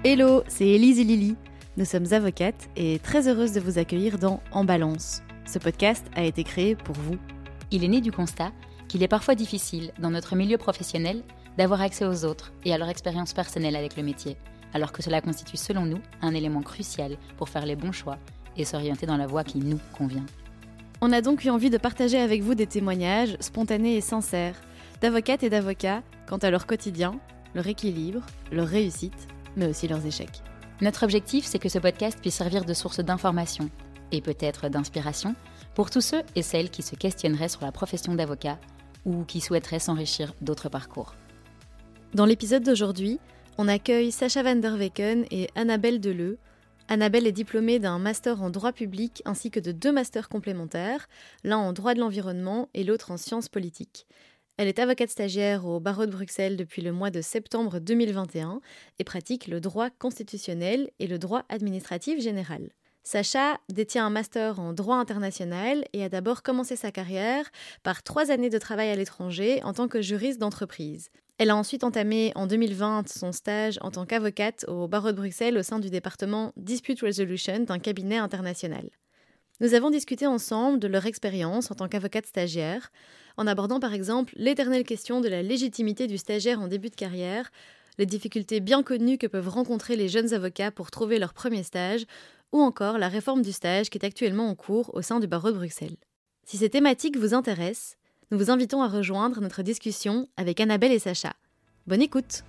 Hello, c'est Élise et Lily. Nous sommes avocates et très heureuses de vous accueillir dans En Balance. Ce podcast a été créé pour vous. Il est né du constat qu'il est parfois difficile, dans notre milieu professionnel, d'avoir accès aux autres et à leur expérience personnelle avec le métier, alors que cela constitue selon nous un élément crucial pour faire les bons choix et s'orienter dans la voie qui nous convient. On a donc eu envie de partager avec vous des témoignages spontanés et sincères, d'avocates et d'avocats quant à leur quotidien, leur équilibre, leur réussite, mais aussi leurs échecs. Notre objectif, c'est que ce podcast puisse servir de source d'information et peut-être d'inspiration pour tous ceux et celles qui se questionneraient sur la profession d'avocat ou qui souhaiteraient s'enrichir d'autres parcours. Dans l'épisode d'aujourd'hui, on accueille Sacha van der Weken et Annabelle Deleu. Annabelle est diplômée d'un master en droit public ainsi que de 2 masters complémentaires, l'un en droit de l'environnement et l'autre en sciences politiques. Elle est avocate stagiaire au barreau de Bruxelles depuis le mois de septembre 2021 et pratique le droit constitutionnel et le droit administratif général. Sacha détient un master en droit international et a d'abord commencé sa carrière par 3 années de travail à l'étranger en tant que juriste d'entreprise. Elle a ensuite entamé en 2020 son stage en tant qu'avocate au barreau de Bruxelles au sein du département Dispute Resolution d'un cabinet international. Nous avons discuté ensemble de leur expérience en tant qu'avocate stagiaire, en abordant par exemple l'éternelle question de la légitimité du stagiaire en début de carrière, les difficultés bien connues que peuvent rencontrer les jeunes avocats pour trouver leur premier stage, ou encore la réforme du stage qui est actuellement en cours au sein du barreau de Bruxelles. Si ces thématiques vous intéressent, nous vous invitons à rejoindre notre discussion avec Annabelle et Sacha. Bonne écoute!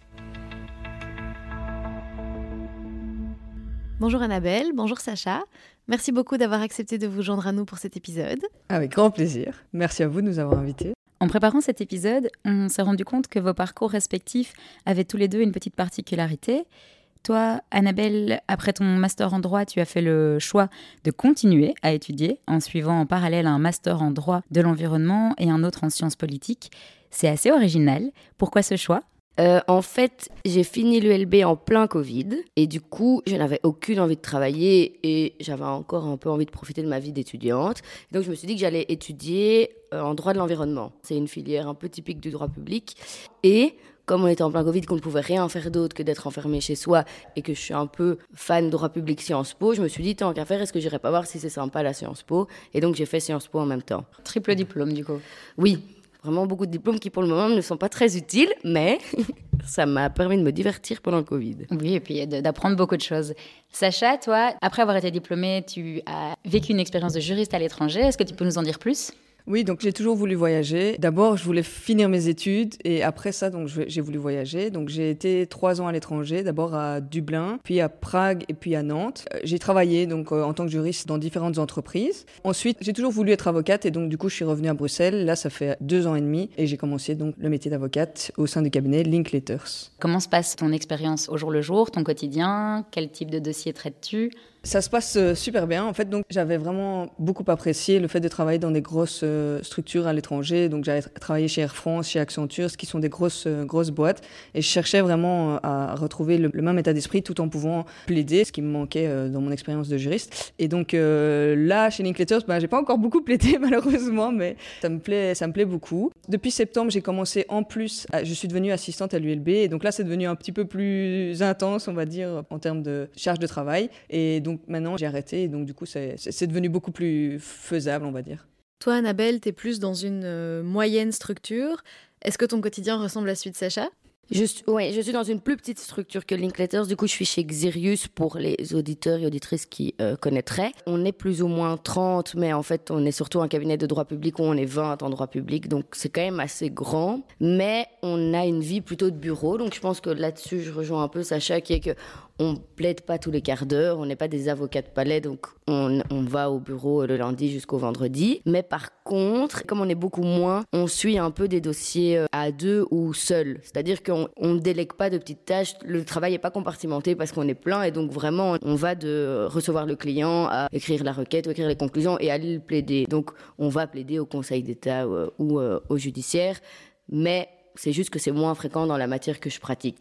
Bonjour Annabelle, bonjour Sacha. Merci beaucoup d'avoir accepté de vous joindre à nous pour cet épisode. Avec grand plaisir. Merci à vous de nous avoir invités. En préparant cet épisode, on s'est rendu compte que vos parcours respectifs avaient tous les deux une petite particularité. Toi, Annabelle, après ton master en droit, tu as fait le choix de continuer à étudier en suivant en parallèle un master en droit de l'environnement et un autre en sciences politiques. C'est assez original. Pourquoi ce choix ? En fait, j'ai fini l'ULB en plein Covid et du coup, je n'avais aucune envie de travailler et j'avais encore un peu envie de profiter de ma vie d'étudiante. Donc, je me suis dit que j'allais étudier en droit de l'environnement. C'est une filière un peu typique du droit public. Et comme on était en plein Covid, qu'on ne pouvait rien faire d'autre que d'être enfermé chez soi et que je suis un peu fan droit public Sciences Po, je me suis dit, tant qu'à faire, est-ce que j'irais pas voir si c'est sympa la Sciences Po ? Et donc, j'ai fait Sciences Po en même temps. Triple diplôme, du coup. Oui. Vraiment beaucoup de diplômes qui, pour le moment, ne sont pas très utiles, mais ça m'a permis de me divertir pendant le Covid. Oui, et puis d'apprendre beaucoup de choses. Sacha, toi, après avoir été diplômée, tu as vécu une expérience de juriste à l'étranger. Est-ce que tu peux nous en dire plus ? Oui, donc j'ai toujours voulu voyager. D'abord, je voulais finir mes études et après ça, donc j'ai voulu voyager. Donc j'ai été 3 ans à l'étranger, d'abord à Dublin, puis à Prague et puis à Nantes. J'ai travaillé donc en tant que juriste dans différentes entreprises. Ensuite, j'ai toujours voulu être avocate et donc du coup, je suis revenue à Bruxelles. Là, ça fait 2 ans et demi et j'ai commencé donc le métier d'avocate au sein du cabinet Linklaters. Comment se passe ton expérience au jour le jour, ton quotidien ? Quel type de dossier traites-tu ? Ça se passe super bien. En fait, donc, j'avais vraiment beaucoup apprécié le fait de travailler dans des grosses structures à l'étranger. Donc, j'avais travaillé chez Air France, chez Accenture, ce qui sont des grosses boîtes. Et je cherchais vraiment à retrouver le même état d'esprit tout en pouvant plaider, ce qui me manquait dans mon expérience de juriste. Et donc, là, chez Linklaters, j'ai pas encore beaucoup plaidé, malheureusement, mais ça me plaît beaucoup. Depuis septembre, j'ai commencé en plus, je suis devenue assistante à l'ULB. Et donc là, c'est devenu un petit peu plus intense, on va dire, en termes de charge de travail. Et donc, maintenant, j'ai arrêté et donc du coup, c'est devenu beaucoup plus faisable, on va dire. Toi, Annabelle, t'es plus dans une moyenne structure. Est-ce que ton quotidien ressemble à celui de Sacha ? Je suis dans une plus petite structure que Linklaters. Du coup, je suis chez Xerius pour les auditeurs et auditrices qui connaîtraient. On est plus ou moins 30, mais en fait, on est surtout un cabinet de droit public où on est 20 en droit public. Donc, c'est quand même assez grand. Mais on a une vie plutôt de bureau. Donc, je pense que là-dessus, je rejoins un peu Sacha, qui est que on plaide pas tous les quarts d'heure, on n'est pas des avocats de palais, donc on va au bureau le lundi jusqu'au vendredi. Mais par contre, comme on est beaucoup moins, on suit un peu des dossiers à 2 ou seul. C'est-à-dire qu'on ne délègue pas de petites tâches, le travail n'est pas compartimenté parce qu'on est plein et donc vraiment on va de recevoir le client à écrire la requête ou écrire les conclusions et aller le plaider. Donc on va plaider au Conseil d'État ou au judiciaire, mais c'est juste que c'est moins fréquent dans la matière que je pratique.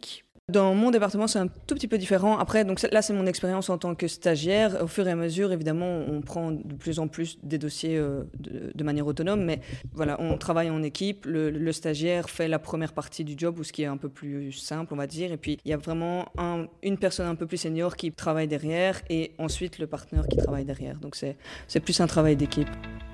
Dans mon département, c'est un tout petit peu différent. Après, donc là, c'est mon expérience en tant que stagiaire. Au fur et à mesure, évidemment, on prend de plus en plus des dossiers de manière autonome. Mais voilà, on travaille en équipe. Le stagiaire fait la première partie du job, ou ce qui est un peu plus simple, on va dire. Et puis, il y a vraiment une personne un peu plus senior qui travaille derrière, et ensuite le partenaire qui travaille derrière. Donc, c'est plus un travail d'équipe.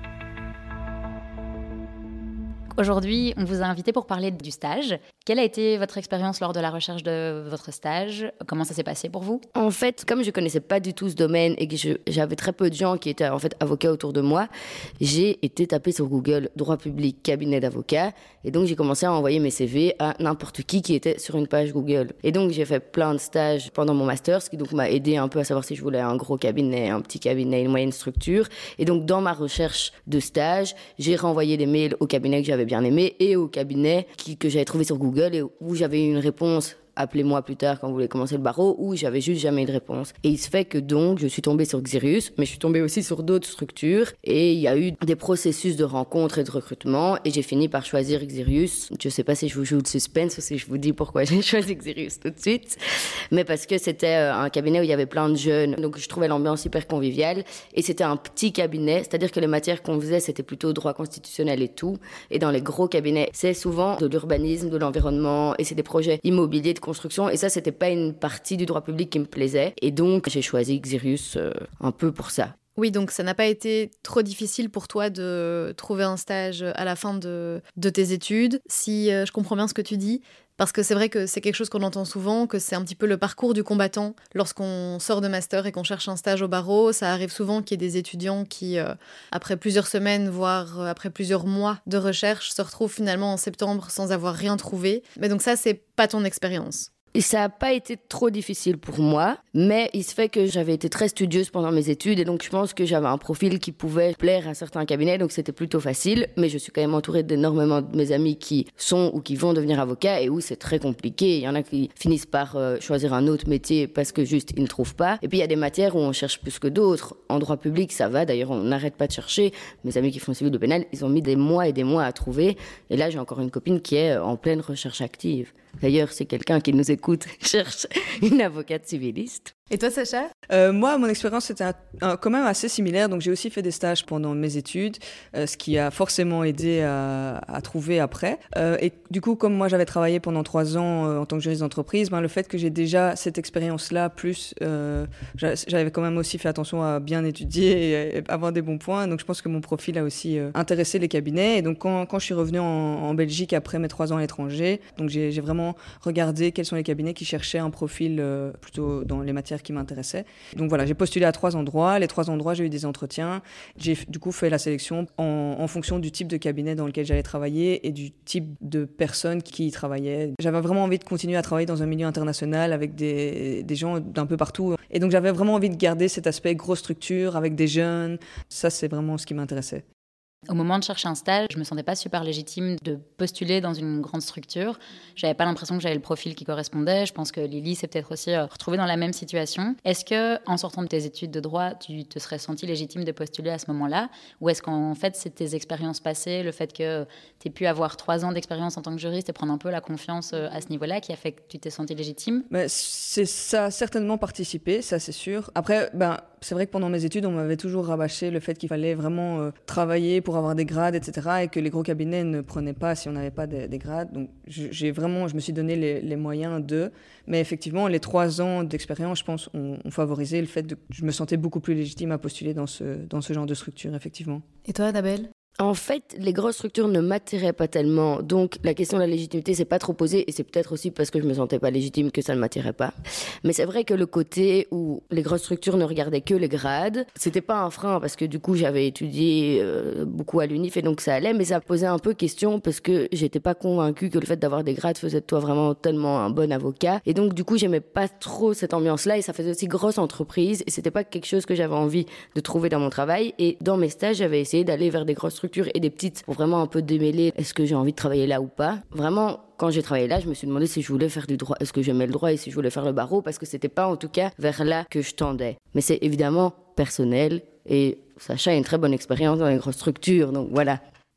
Aujourd'hui, on vous a invité pour parler du stage. Quelle a été votre expérience lors de la recherche de votre stage ? Comment ça s'est passé pour vous ? En fait, comme je connaissais pas du tout ce domaine et que j'avais très peu de gens qui étaient en fait avocats autour de moi, j'ai été taper sur Google droit public cabinet d'avocats, et donc j'ai commencé à envoyer mes CV à n'importe qui était sur une page Google. Et donc j'ai fait plein de stages pendant mon master, ce qui donc m'a aidé un peu à savoir si je voulais un gros cabinet, un petit cabinet, une moyenne structure. Et donc dans ma recherche de stage, j'ai renvoyé des mails au cabinet que j'avais bien aimé et au cabinet que j'avais trouvé sur Google et où j'avais eu une réponse. Appelez-moi plus tard quand vous voulez commencer le barreau, où j'avais juste jamais eu de réponse. Et il se fait que donc, je suis tombée sur Xirius, mais je suis tombée aussi sur d'autres structures, et il y a eu des processus de rencontre et de recrutement, et j'ai fini par choisir Xirius. Je sais pas si je vous joue le suspense ou si je vous dis pourquoi j'ai choisi Xirius tout de suite, mais parce que c'était un cabinet où il y avait plein de jeunes, donc je trouvais l'ambiance hyper conviviale, et c'était un petit cabinet, c'est-à-dire que les matières qu'on faisait, c'était plutôt droit constitutionnel et tout, et dans les gros cabinets, c'est souvent de l'urbanisme, de l'environnement, et c'est des projets immobiliers de construction, et ça c'était pas une partie du droit public qui me plaisait, et donc j'ai choisi Xirius un peu pour ça. Oui, donc ça n'a pas été trop difficile pour toi de trouver un stage à la fin de tes études, si je comprends bien ce que tu dis, parce que c'est vrai que c'est quelque chose qu'on entend souvent, que c'est un petit peu le parcours du combattant lorsqu'on sort de master et qu'on cherche un stage au barreau. Ça arrive souvent qu'il y ait des étudiants qui, après plusieurs semaines, voire après plusieurs mois de recherche, se retrouvent finalement en septembre sans avoir rien trouvé. Mais donc ça, c'est pas ton expérience. Et ça n'a pas été trop difficile pour moi, mais il se fait que j'avais été très studieuse pendant mes études, et donc je pense que j'avais un profil qui pouvait plaire à certains cabinets, donc c'était plutôt facile. Mais je suis quand même entourée d'énormément de mes amis qui sont ou qui vont devenir avocats, et où c'est très compliqué. Il y en a qui finissent par choisir un autre métier parce que juste ils ne trouvent pas. Et puis il y a des matières où on cherche plus que d'autres. En droit public, ça va, d'ailleurs on n'arrête pas de chercher. Mes amis qui font civil ou pénal, ils ont mis des mois et des mois à trouver. Et là, j'ai encore une copine qui est en pleine recherche active. D'ailleurs, si quelqu'un qui nous écoute cherche une avocate civiliste. Et toi, Sacha ? Moi, mon expérience était quand même assez similaire. Donc, j'ai aussi fait des stages pendant mes études, ce qui a forcément aidé à trouver après. Et du coup, comme moi, j'avais travaillé pendant 3 ans en tant que juriste d'entreprise, le fait que j'ai déjà cette expérience-là, plus j'avais quand même aussi fait attention à bien étudier et avoir des bons points. Donc, je pense que mon profil a aussi intéressé les cabinets. Et donc, quand je suis revenue en Belgique après mes 3 ans à l'étranger, donc j'ai vraiment regardé quels sont les cabinets qui cherchaient un profil plutôt dans les matières qui m'intéressaient. Donc voilà, j'ai postulé à 3 endroits. Les 3 endroits, j'ai eu des entretiens. J'ai du coup fait la sélection en fonction du type de cabinet dans lequel j'allais travailler et du type de personnes qui y travaillaient. J'avais vraiment envie de continuer à travailler dans un milieu international avec des gens d'un peu partout. Et donc j'avais vraiment envie de garder cet aspect grosse structure avec des jeunes. Ça, c'est vraiment ce qui m'intéressait. Au moment de chercher un stage, je me sentais pas super légitime de postuler dans une grande structure. J'avais pas l'impression que j'avais le profil qui correspondait. Je pense que Lily s'est peut-être aussi retrouvée dans la même situation. Est-ce que, en sortant de tes études de droit, tu te serais sentie légitime de postuler à ce moment-là ? Ou est-ce qu'en fait, c'est tes expériences passées, le fait que tu aies pu avoir 3 ans d'expérience en tant que juriste et prendre un peu la confiance à ce niveau-là qui a fait que tu t'es sentie légitime ? Ça a certainement participé, ça c'est sûr. Après, c'est vrai que pendant mes études, on m'avait toujours rabâché le fait qu'il fallait vraiment travailler pour avoir des grades, etc. et que les gros cabinets ne prenaient pas si on n'avait pas des grades. Donc, je me suis donné les moyens de... Mais effectivement, les 3 ans d'expérience, je pense, ont favorisé le fait que je me sentais beaucoup plus légitime à postuler dans ce genre de structure, effectivement. Et toi, Annabelle ? En fait, les grosses structures ne m'attiraient pas tellement, donc la question de la légitimité s'est pas trop posée, et c'est peut-être aussi parce que je me sentais pas légitime que ça ne m'attirait pas. Mais c'est vrai que le côté où les grosses structures ne regardaient que les grades, c'était pas un frein, parce que du coup j'avais étudié beaucoup à l'UNIF et donc ça allait, mais ça posait un peu question parce que j'étais pas convaincue que le fait d'avoir des grades faisait de toi vraiment tellement un bon avocat, et donc du coup j'aimais pas trop cette ambiance-là, et ça faisait aussi grosse entreprise, et c'était pas quelque chose que j'avais envie de trouver dans mon travail. Et dans mes stages, j'avais essayé d'aller vers des grosses structures et des petites pour vraiment un peu démêler est-ce que j'ai envie de travailler là ou pas. Vraiment, quand j'ai travaillé là, je me suis demandé si je voulais faire du droit, est-ce que j'aimais le droit et si je voulais faire le barreau, parce que c'était pas en tout cas vers là que je tendais. Mais c'est évidemment personnel, et Sacha a une très bonne expérience dans les grosses structures, donc voilà.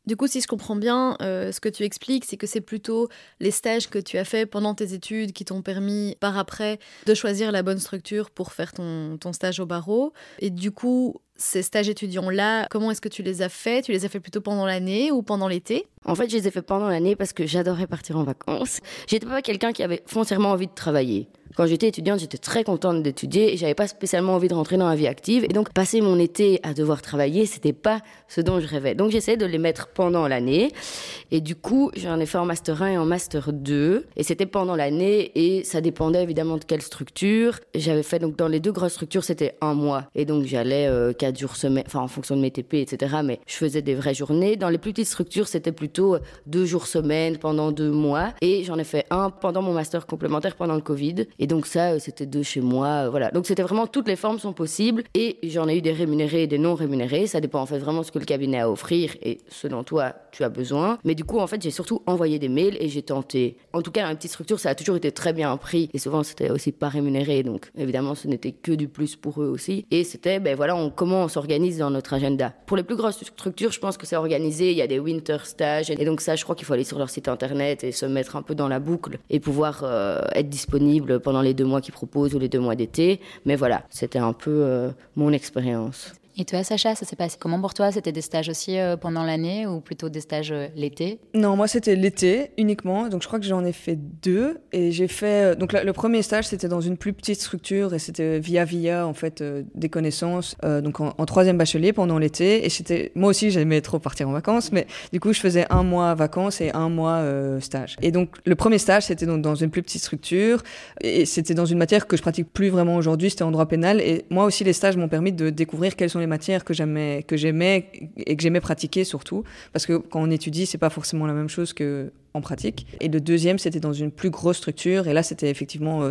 Du coup, si je comprends bien, ce que tu expliques, c'est que c'est plutôt les stages que tu as fait pendant tes études qui t'ont permis, par après, de choisir la bonne structure pour faire ton stage au barreau. Et du coup, ces stages étudiants-là, comment est-ce que tu les as faits ? Tu les as fait plutôt pendant l'année ou pendant l'été ? En fait, je les ai fait pendant l'année parce que j'adorais partir en vacances. J'étais pas quelqu'un qui avait foncièrement envie de travailler. Quand j'étais étudiante, j'étais très contente d'étudier et j'avais pas spécialement envie de rentrer dans la vie active. Et donc, passer mon été à devoir travailler, c'était pas ce dont je rêvais. Donc, j'essayais de les mettre pendant l'année. Et du coup, j'en ai fait en Master 1 et en Master 2. Et c'était pendant l'année et ça dépendait évidemment de quelle structure. J'avais fait, donc, dans les 2 grosses structures, c'était 1 mois. Et donc, j'allais 4 jours semaine, enfin, en fonction de mes TP, etc. Mais je faisais des vraies journées. Dans les plus petites structures, c'était plutôt 2 jours semaine pendant 2 mois. Et j'en ai fait un pendant mon master complémentaire pendant le Covid. Et donc ça, c'était 2 chez moi, voilà. Donc c'était vraiment, toutes les formes sont possibles. Et j'en ai eu des rémunérés et des non rémunérés. Ça dépend en fait vraiment de ce que le cabinet a à offrir et ce dont toi, tu as besoin. Mais du coup, en fait, j'ai surtout envoyé des mails et j'ai tenté. En tout cas, dans une petite structure, ça a toujours été très bien pris. Et souvent, c'était aussi pas rémunéré. Donc évidemment, ce n'était que du plus pour eux aussi. Et c'était, comment on s'organise dans notre agenda. Pour les plus grosses structures, je pense que c'est organisé. Il y a des winter stages. Et donc ça, je crois qu'il faut aller sur leur site internet et se mettre un peu dans la boucle et pouvoir être disponible pendant les 2 mois qu'ils proposent ou les 2 mois d'été. Mais voilà, c'était un peu mon expérience. Et toi, Sacha, ça s'est passé comment pour toi ? C'était des stages aussi pendant l'année ou plutôt des stages l'été ? Non, moi c'était l'été uniquement, donc je crois que j'en ai fait 2 et j'ai fait donc le premier stage c'était dans une plus petite structure et c'était via en fait des connaissances donc en 3e bachelier pendant l'été et c'était moi aussi j'aimais trop partir en vacances mais du coup je faisais 1 mois vacances et 1 mois stage. Et donc le premier stage c'était donc dans une plus petite structure et c'était dans une matière que je pratique plus vraiment aujourd'hui, c'était en droit pénal et moi aussi les stages m'ont permis de découvrir quelles sont les matières que j'aimais et que j'aimais pratiquer surtout parce que quand on étudie c'est pas forcément la même chose que en pratique. Et le deuxième c'était dans une plus grosse structure et là c'était effectivement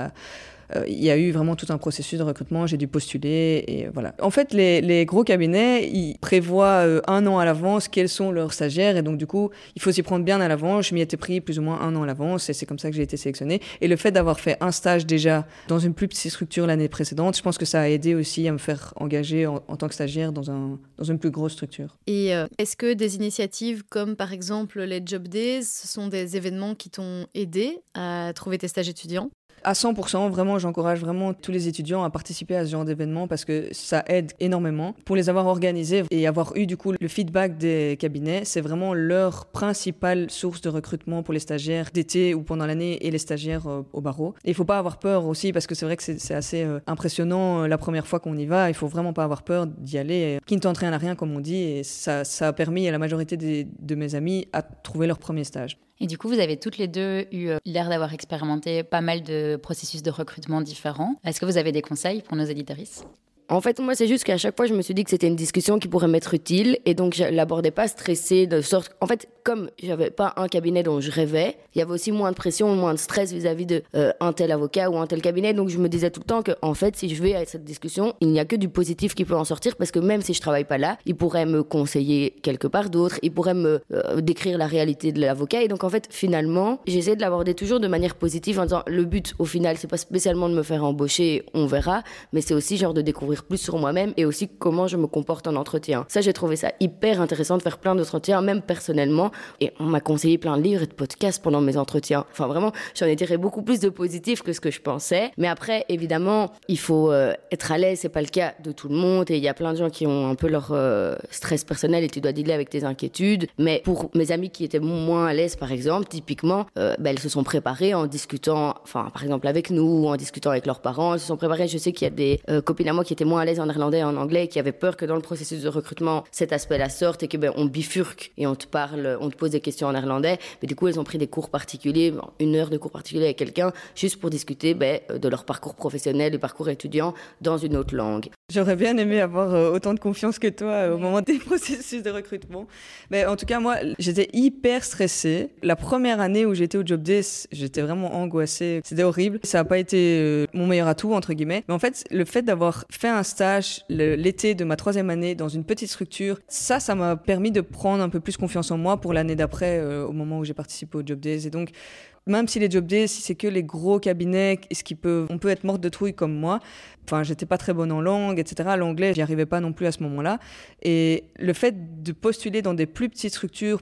il y a eu vraiment tout un processus de recrutement, j'ai dû postuler et voilà. En fait, les gros cabinets, ils prévoient 1 an à l'avance quels sont leurs stagiaires et donc du coup, il faut s'y prendre bien à l'avance. Je m'y étais pris plus ou moins 1 an à l'avance et c'est comme ça que j'ai été sélectionnée. Et le fait d'avoir fait un stage déjà dans une plus petite structure l'année précédente, je pense que ça a aidé aussi à me faire engager en tant que stagiaire dans une plus grosse structure. Et est-ce que des initiatives comme par exemple les Job Days, ce sont des événements qui t'ont aidé à trouver tes stages étudiants ? À 100%, vraiment, j'encourage vraiment tous les étudiants à participer à ce genre d'événements parce que ça aide énormément. Pour les avoir organisés et avoir eu du coup le feedback des cabinets, c'est vraiment leur principale source de recrutement pour les stagiaires d'été ou pendant l'année et les stagiaires au barreau. Et il ne faut pas avoir peur aussi parce que c'est vrai que c'est assez impressionnant la première fois qu'on y va. Il ne faut vraiment pas avoir peur d'y aller. Qui ne tente rien à rien, comme on dit. Et ça a permis à la majorité de mes amis à trouver leur premier stage. Et du coup, vous avez toutes les 2 eu l'air d'avoir expérimenté pas mal de processus de recrutement différents. Est-ce que vous avez des conseils pour nos éditoristes ? En fait, moi, c'est juste qu'à chaque fois, je me suis dit que c'était une discussion qui pourrait m'être utile. Et donc, je l'abordais pas stressée, de sorte... En fait, comme j'avais pas un cabinet dont je rêvais, il y avait aussi moins de pression, moins de stress vis-à-vis de un tel avocat ou un tel cabinet. Donc, je me disais tout le temps que, en fait, si je vais à cette discussion, il n'y a que du positif qui peut en sortir. Parce que même si je travaille pas là, il pourrait me conseiller quelque part d'autre. Il pourrait me décrire la réalité de l'avocat. Et donc, en fait, finalement, j'essaie de l'aborder toujours de manière positive en disant, le but, au final, c'est pas spécialement de me faire embaucher, on verra. Mais c'est aussi genre de découvrir plus sur moi-même et aussi comment je me comporte en entretien. Ça, j'ai trouvé ça hyper intéressant de faire plein d'entretiens, même personnellement. Et on m'a conseillé plein de livres et de podcasts pendant mes entretiens. Enfin, vraiment, j'en ai tiré beaucoup plus de positif que ce que je pensais. Mais après, évidemment, il faut être à l'aise. C'est pas le cas de tout le monde. Et il y a plein de gens qui ont un peu leur stress personnel et tu dois dealer avec tes inquiétudes. Mais pour mes amis qui étaient moins à l'aise, par exemple, typiquement, elles se sont préparées en discutant, enfin, par exemple, avec nous, ou en discutant avec leurs parents. Elles se sont préparées. Je sais qu'il y a des copines à moi qui étaient moins à l'aise en néerlandais et en anglais, qui avaient peur que dans le processus de recrutement, cet aspect-là sorte et que on bifurque et on te pose des questions en néerlandais. Mais du coup, elles ont pris des cours particuliers, 1 heure de cours particuliers avec quelqu'un, juste pour discuter de leur parcours professionnel, du parcours étudiant dans une autre langue. J'aurais bien aimé avoir autant de confiance que toi au moment des processus de recrutement. Mais en tout cas, moi, j'étais hyper stressée. La première année où j'étais au Job Days, j'étais vraiment angoissée. C'était horrible. Ça n'a pas été mon meilleur atout, entre guillemets. Mais en fait, le fait d'avoir fait un stage l'été de ma 3e année dans une petite structure, ça m'a permis de prendre un peu plus confiance en moi pour l'année d'après, au moment où j'ai participé au Job Days. Et donc, même si les job days, si c'est que les gros cabinets, on peut être morte de trouille comme moi. Enfin, j'étais pas très bonne en langue, etc. L'anglais, j'y arrivais pas non plus à ce moment-là. Et le fait de postuler dans des plus petites structures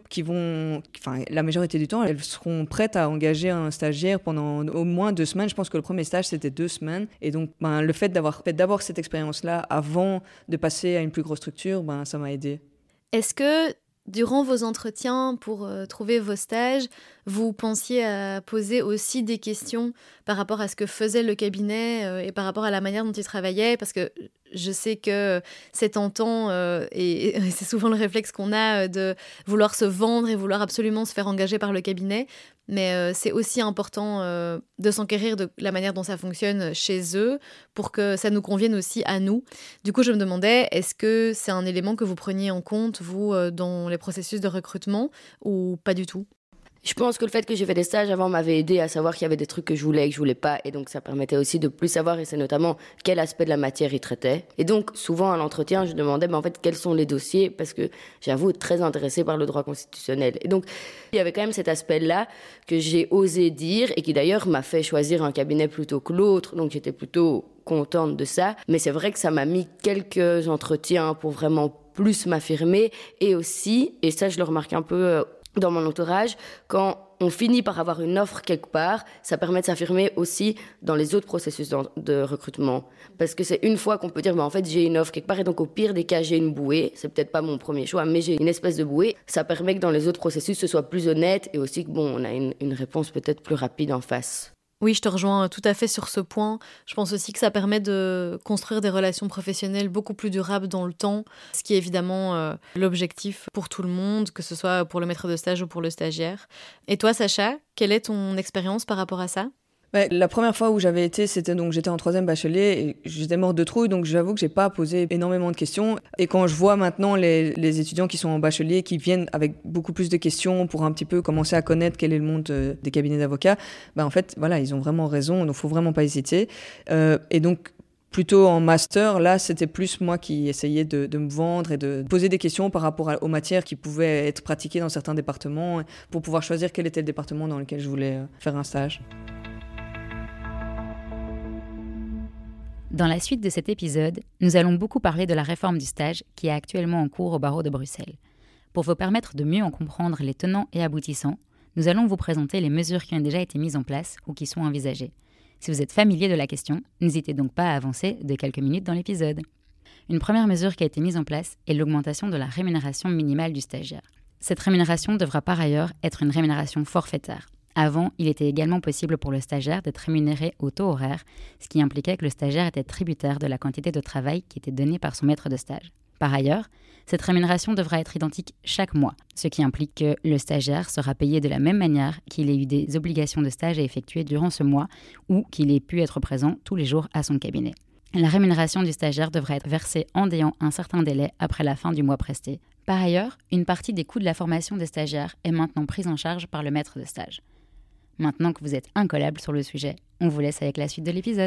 la majorité du temps, elles seront prêtes à engager un stagiaire pendant au moins 2 semaines. Je pense que le premier stage, c'était 2 semaines. Et donc, le fait d'avoir fait d'abord cette expérience-là avant de passer à une plus grosse structure, ça m'a aidé. Est-ce que durant vos entretiens pour trouver vos stages, vous pensiez à poser aussi des questions par rapport à ce que faisait le cabinet et par rapport à la manière dont il travaillait? Parce que je sais que c'est tentant et c'est souvent le réflexe qu'on a de vouloir se vendre et vouloir absolument se faire engager par le cabinet. Mais c'est aussi important de s'enquérir de la manière dont ça fonctionne chez eux pour que ça nous convienne aussi à nous. Du coup, je me demandais, est-ce que c'est un élément que vous preniez en compte, vous, dans les processus de recrutement ou pas du tout? Je pense que le fait que j'ai fait des stages avant m'avait aidé à savoir qu'il y avait des trucs que je voulais et que je voulais pas. Et donc, ça permettait aussi de plus savoir, et c'est notamment quel aspect de la matière il traitait. Et donc, souvent à l'entretien, je demandais, en fait, quels sont les dossiers, parce que j'avoue être très intéressée par le droit constitutionnel. Et donc, il y avait quand même cet aspect-là que j'ai osé dire et qui d'ailleurs m'a fait choisir un cabinet plutôt que l'autre. Donc, j'étais plutôt contente de ça. Mais c'est vrai que ça m'a mis quelques entretiens pour vraiment plus m'affirmer. Et aussi, et ça, je le remarque un peu dans mon entourage, quand on finit par avoir une offre quelque part, ça permet de s'affirmer aussi dans les autres processus de recrutement. Parce que c'est une fois qu'on peut dire, en fait, j'ai une offre quelque part, et donc au pire des cas, j'ai une bouée. C'est peut-être pas mon premier choix, mais j'ai une espèce de bouée. Ça permet que dans les autres processus, ce soit plus honnête et aussi que, on a une réponse peut-être plus rapide en face. Oui, je te rejoins tout à fait sur ce point. Je pense aussi que ça permet de construire des relations professionnelles beaucoup plus durables dans le temps, ce qui est évidemment l'objectif pour tout le monde, que ce soit pour le maître de stage ou pour le stagiaire. Et toi, Sacha, quelle est ton expérience par rapport à ça ? La première fois où j'avais été, j'étais en 3e bachelier et j'étais morte de trouille, donc j'avoue que j'ai pas posé énormément de questions. Et quand je vois maintenant les étudiants qui sont en bachelier, qui viennent avec beaucoup plus de questions pour un petit peu commencer à connaître quel est le monde des cabinets d'avocats, en fait, voilà, ils ont vraiment raison, donc faut vraiment pas hésiter. Et donc, plutôt en master, là, c'était plus moi qui essayais de me vendre et de poser des questions par rapport aux matières qui pouvaient être pratiquées dans certains départements pour pouvoir choisir quel était le département dans lequel je voulais faire un stage. Dans la suite de cet épisode, nous allons beaucoup parler de la réforme du stage qui est actuellement en cours au barreau de Bruxelles. Pour vous permettre de mieux en comprendre les tenants et aboutissants, nous allons vous présenter les mesures qui ont déjà été mises en place ou qui sont envisagées. Si vous êtes familier de la question, n'hésitez donc pas à avancer de quelques minutes dans l'épisode. Une première mesure qui a été mise en place est l'augmentation de la rémunération minimale du stagiaire. Cette rémunération devra par ailleurs être une rémunération forfaitaire. Avant, il était également possible pour le stagiaire d'être rémunéré au taux horaire, ce qui impliquait que le stagiaire était tributaire de la quantité de travail qui était donnée par son maître de stage. Par ailleurs, cette rémunération devra être identique chaque mois, ce qui implique que le stagiaire sera payé de la même manière qu'il ait eu des obligations de stage à effectuer durant ce mois ou qu'il ait pu être présent tous les jours à son cabinet. La rémunération du stagiaire devra être versée en déant un certain délai après la fin du mois presté. Par ailleurs, une partie des coûts de la formation des stagiaires est maintenant prise en charge par le maître de stage. Maintenant que vous êtes incollable sur le sujet, on vous laisse avec la suite de l'épisode.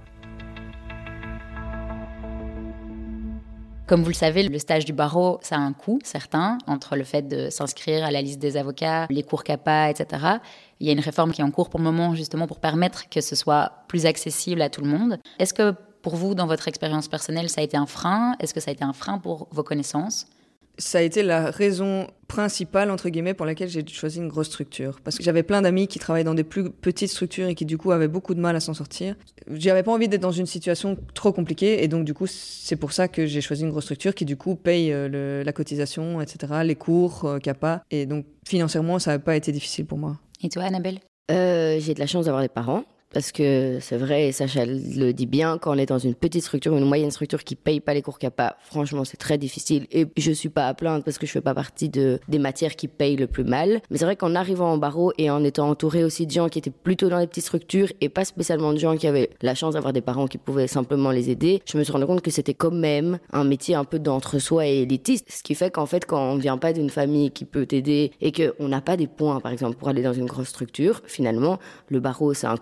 Comme vous le savez, le stage du barreau, ça a un coût certain, entre le fait de s'inscrire à la liste des avocats, les cours CAPA, etc. Il y a une réforme qui est en cours pour le moment, justement pour permettre que ce soit plus accessible à tout le monde. Est-ce que pour vous, dans votre expérience personnelle, ça a été un frein ? Est-ce que ça a été un frein pour vos connaissances ? Ça a été la raison principale, entre guillemets, pour laquelle j'ai choisi une grosse structure. Parce que j'avais plein d'amis qui travaillaient dans des plus petites structures et qui, du coup, avaient beaucoup de mal à s'en sortir. J'avais pas envie d'être dans une situation trop compliquée. Et donc, du coup, c'est pour ça que j'ai choisi une grosse structure qui, du coup, paye la cotisation, etc., les cours, CAPA. Et donc, financièrement, ça n'a pas été difficile pour moi. Et toi, Annabelle ? J'ai de la chance d'avoir des parents. Parce que c'est vrai, et Sacha le dit bien, quand on est dans une petite structure ou une moyenne structure qui ne paye pas les cours CAPA, franchement, c'est très difficile. Et je ne suis pas à plaindre parce que je ne fais pas partie des matières qui payent le plus mal. Mais c'est vrai qu'en arrivant en barreau et en étant entouré aussi de gens qui étaient plutôt dans les petites structures et pas spécialement de gens qui avaient la chance d'avoir des parents qui pouvaient simplement les aider, je me suis rendu compte que c'était quand même un métier un peu d'entre-soi et élitiste. Ce qui fait qu'en fait, quand on ne vient pas d'une famille qui peut t'aider et qu'on n'a pas des points, par exemple, pour aller dans une grosse structure, finalement, le barreau, c'est un coût énorme.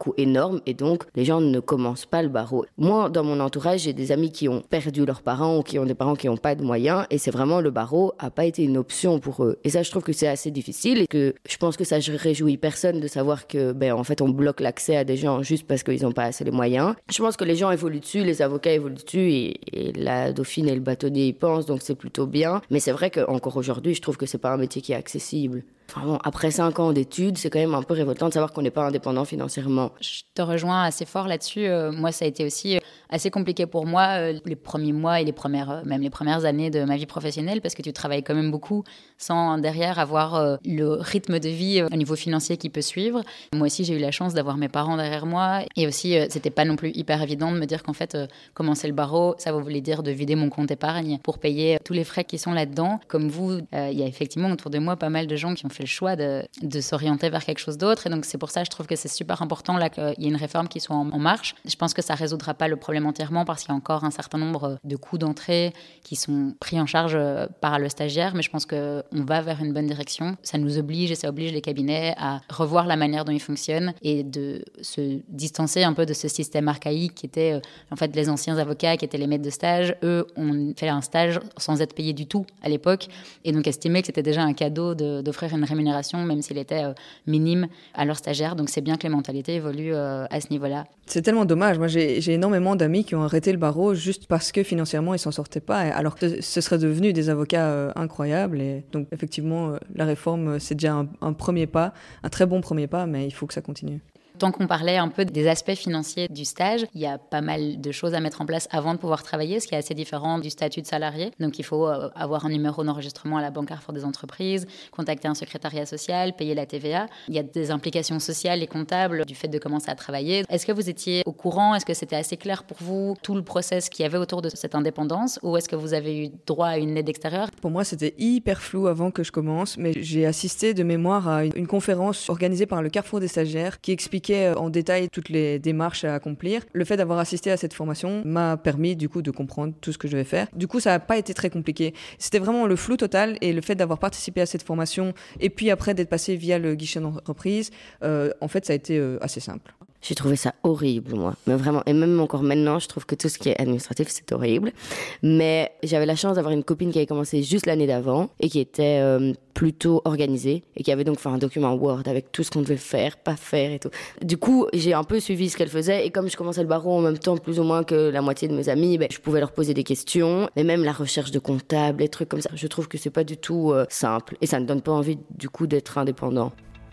normes et donc les gens ne commencent pas le barreau. Moi, dans mon entourage, j'ai des amis qui ont perdu leurs parents ou qui ont des parents qui n'ont pas de moyens et c'est vraiment le barreau n'a pas été une option pour eux. Et ça, je trouve que c'est assez difficile et que je pense que ça ne réjouit personne de savoir que, en fait, on bloque l'accès à des gens juste parce qu'ils n'ont pas assez les moyens. Je pense que les gens évoluent dessus, les avocats évoluent dessus et la Dauphine et le bâtonnier y pensent, donc c'est plutôt bien. Mais c'est vrai qu'encore aujourd'hui, je trouve que c'est pas un métier qui est accessible. Enfin bon, après 5 ans d'études, c'est quand même un peu révoltant de savoir qu'on n'est pas indépendant financièrement. Je te rejoins assez fort là-dessus. Moi, ça a été aussi assez compliqué pour moi les premiers mois et même les premières années de ma vie professionnelle parce que tu travailles quand même beaucoup sans derrière avoir le rythme de vie au niveau financier qui peut suivre. Moi aussi, j'ai eu la chance d'avoir mes parents derrière moi et aussi, c'était pas non plus hyper évident de me dire qu'en fait, commencer le barreau, ça voulait dire de vider mon compte épargne pour payer tous les frais qui sont là-dedans. Comme vous, il y a effectivement autour de moi pas mal de gens qui ont fait le choix de s'orienter vers quelque chose d'autre et donc c'est pour ça que je trouve que c'est super important là qu'il y ait une réforme qui soit en marche. Je pense que ça résoudra pas le problème entièrement parce qu'il y a encore un certain nombre de coûts d'entrée qui sont pris en charge par le stagiaire, mais je pense qu'on va vers une bonne direction. Ça nous oblige et ça oblige les cabinets à revoir la manière dont ils fonctionnent et de se distancer un peu de ce système archaïque qui était en fait les anciens avocats qui étaient les maîtres de stage. Eux, on fait un stage sans être payé du tout à l'époque et donc estimer que c'était déjà un cadeau d'offrir une rémunération même s'il était minime à leurs stagiaires. Donc c'est bien que les mentalités évoluent à ce niveau-là. C'est tellement dommage. Moi, j'ai énormément d'amis qui ont arrêté le barreau juste parce que financièrement, ils s'en sortaient pas, alors que ce serait devenu des avocats incroyables. Et donc, effectivement, la réforme, c'est déjà un premier pas, un très bon premier pas, mais il faut que ça continue. Tant qu'on parlait un peu des aspects financiers du stage, il y a pas mal de choses à mettre en place avant de pouvoir travailler, ce qui est assez différent du statut de salarié. Donc il faut avoir un numéro d'enregistrement à la Banque Carrefour des entreprises, contacter un secrétariat social, payer la TVA. Il y a des implications sociales et comptables du fait de commencer à travailler. Est-ce que vous étiez au courant? Est-ce que c'était assez clair pour vous, tout le process qu'il y avait autour de cette indépendance? Ou est-ce que vous avez eu droit à une aide extérieure? Pour moi, c'était hyper flou avant que je commence, mais j'ai assisté de mémoire à une conférence organisée par le Carrefour des stagiaires qui expliquait en détail toutes les démarches à accomplir. Le fait d'avoir assisté à cette formation m'a permis du coup de comprendre tout ce que je devais faire. Du coup, ça n'a pas été très compliqué. C'était vraiment le flou total et le fait d'avoir participé à cette formation et puis après d'être passé via le guichet d'entreprise, en fait, ça a été assez simple. J'ai trouvé ça horrible, moi. Mais vraiment, et même encore maintenant, je trouve que tout ce qui est administratif, c'est horrible. Mais j'avais la chance d'avoir une copine qui avait commencé juste l'année d'avant et qui était plutôt organisée et qui avait donc fait un document Word avec tout ce qu'on devait faire, pas faire et tout. Du coup, j'ai un peu suivi ce qu'elle faisait et comme je commençais le barreau en même temps, plus ou moins que la moitié de mes amis, je pouvais leur poser des questions. Mais même la recherche de comptables, les trucs comme ça, je trouve que c'est pas du tout simple et ça ne donne pas envie du coup d'être indépendant.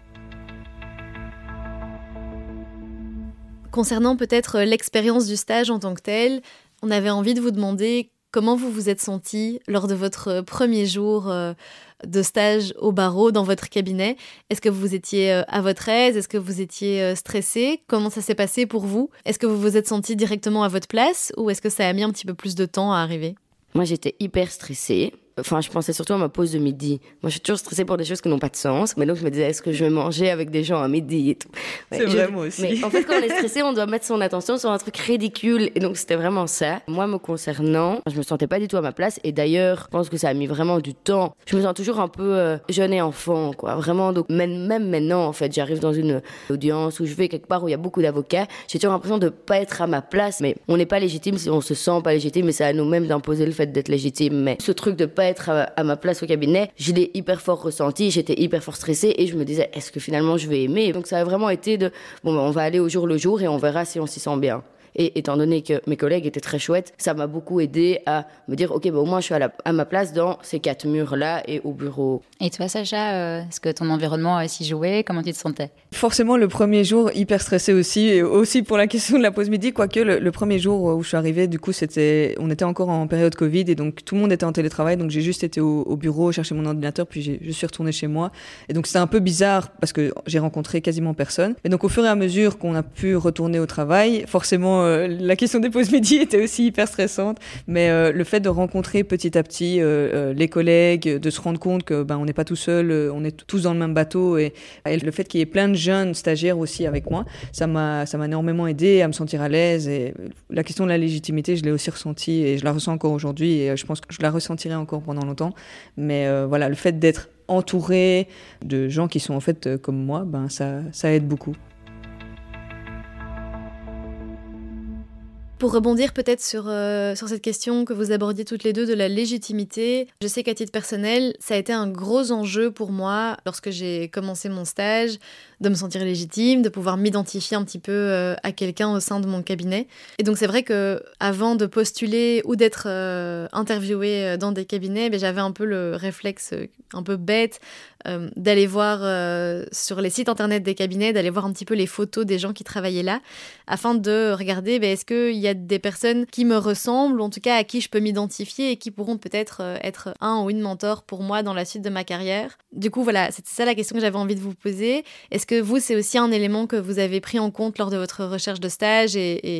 Concernant peut-être l'expérience du stage en tant que tel, on avait envie de vous demander comment vous vous êtes senti lors de votre premier jour de stage au barreau dans votre cabinet. Est-ce que vous étiez à votre aise? Est-ce que vous étiez stressé? Comment ça s'est passé pour vous? Est-ce que vous vous êtes senti directement à votre place ou est-ce que ça a mis un petit peu plus de temps à arriver? Moi, j'étais hyper stressée. Enfin, je pensais surtout à ma pause de midi. Moi, je suis toujours stressée pour des choses qui n'ont pas de sens. Mais donc, je me disais, est-ce que je vais manger avec des gens à midi et tout. C'est vrai, moi aussi. Mais en fait, quand on est stressé, on doit mettre son attention sur un truc ridicule. Et donc, c'était vraiment ça. Moi, me concernant, je me sentais pas du tout à ma place. Et d'ailleurs, je pense que ça a mis vraiment du temps. Je me sens toujours un peu jeune et enfant, quoi. Vraiment. Donc, même maintenant, en fait, j'arrive dans une audience où je vais quelque part où il y a beaucoup d'avocats. J'ai toujours l'impression de pas être à ma place. Mais on n'est pas légitime si on se sent pas légitime. Mais c'est à nous-mêmes d'imposer le fait d'être légitime. Mais ce truc de pas être à ma place au cabinet, je l'ai hyper fort ressenti, j'étais hyper fort stressée et je me disais, est-ce que finalement je vais aimer? Donc ça a vraiment été de, on va aller au jour le jour et on verra si on s'y sent bien. Et étant donné que mes collègues étaient très chouettes, ça m'a beaucoup aidé à me dire, ok, au moins je suis à ma place dans ces 4 murs-là et au bureau. Et toi, Sacha, est-ce que ton environnement a aussi joué? Comment tu te sentais? Forcément, le premier jour, hyper stressé aussi, et aussi pour la question de la pause midi, quoique le premier jour où je suis arrivée, du coup, on était encore en période Covid, et donc tout le monde était en télétravail, donc j'ai juste été au bureau, chercher mon ordinateur, puis je suis retournée chez moi. Et donc c'était un peu bizarre, parce que j'ai rencontré quasiment personne. Et donc au fur et à mesure qu'on a pu retourner au travail, forcément, la question des pauses midi était aussi hyper stressante, mais le fait de rencontrer petit à petit les collègues, de se rendre compte que on n'est pas tout seul, on est tous dans le même bateau, et le fait qu'il y ait plein de jeunes stagiaires aussi avec moi, ça m'a énormément aidé à me sentir à l'aise. Et la question de la légitimité, je l'ai aussi ressentie et je la ressens encore aujourd'hui, et je pense que je la ressentirai encore pendant longtemps. Mais voilà, le fait d'être entouré de gens qui sont en fait comme moi, ça aide beaucoup. Pour rebondir peut-être sur cette question que vous abordiez toutes les deux de la légitimité, je sais qu'à titre personnel, ça a été un gros enjeu pour moi lorsque j'ai commencé mon stage, de me sentir légitime, de pouvoir m'identifier un petit peu à quelqu'un au sein de mon cabinet. Et donc c'est vrai que avant de postuler ou d'être interviewée dans des cabinets, j'avais un peu le réflexe un peu bête d'aller voir sur les sites internet des cabinets, d'aller voir un petit peu les photos des gens qui travaillaient là, afin de regarder est-ce qu'il y a des personnes qui me ressemblent, ou en tout cas à qui je peux m'identifier et qui pourront peut-être être un ou une mentor pour moi dans la suite de ma carrière. Du coup, voilà, c'était ça la question que j'avais envie de vous poser. Est-ce que vous, c'est aussi un élément que vous avez pris en compte lors de votre recherche de stage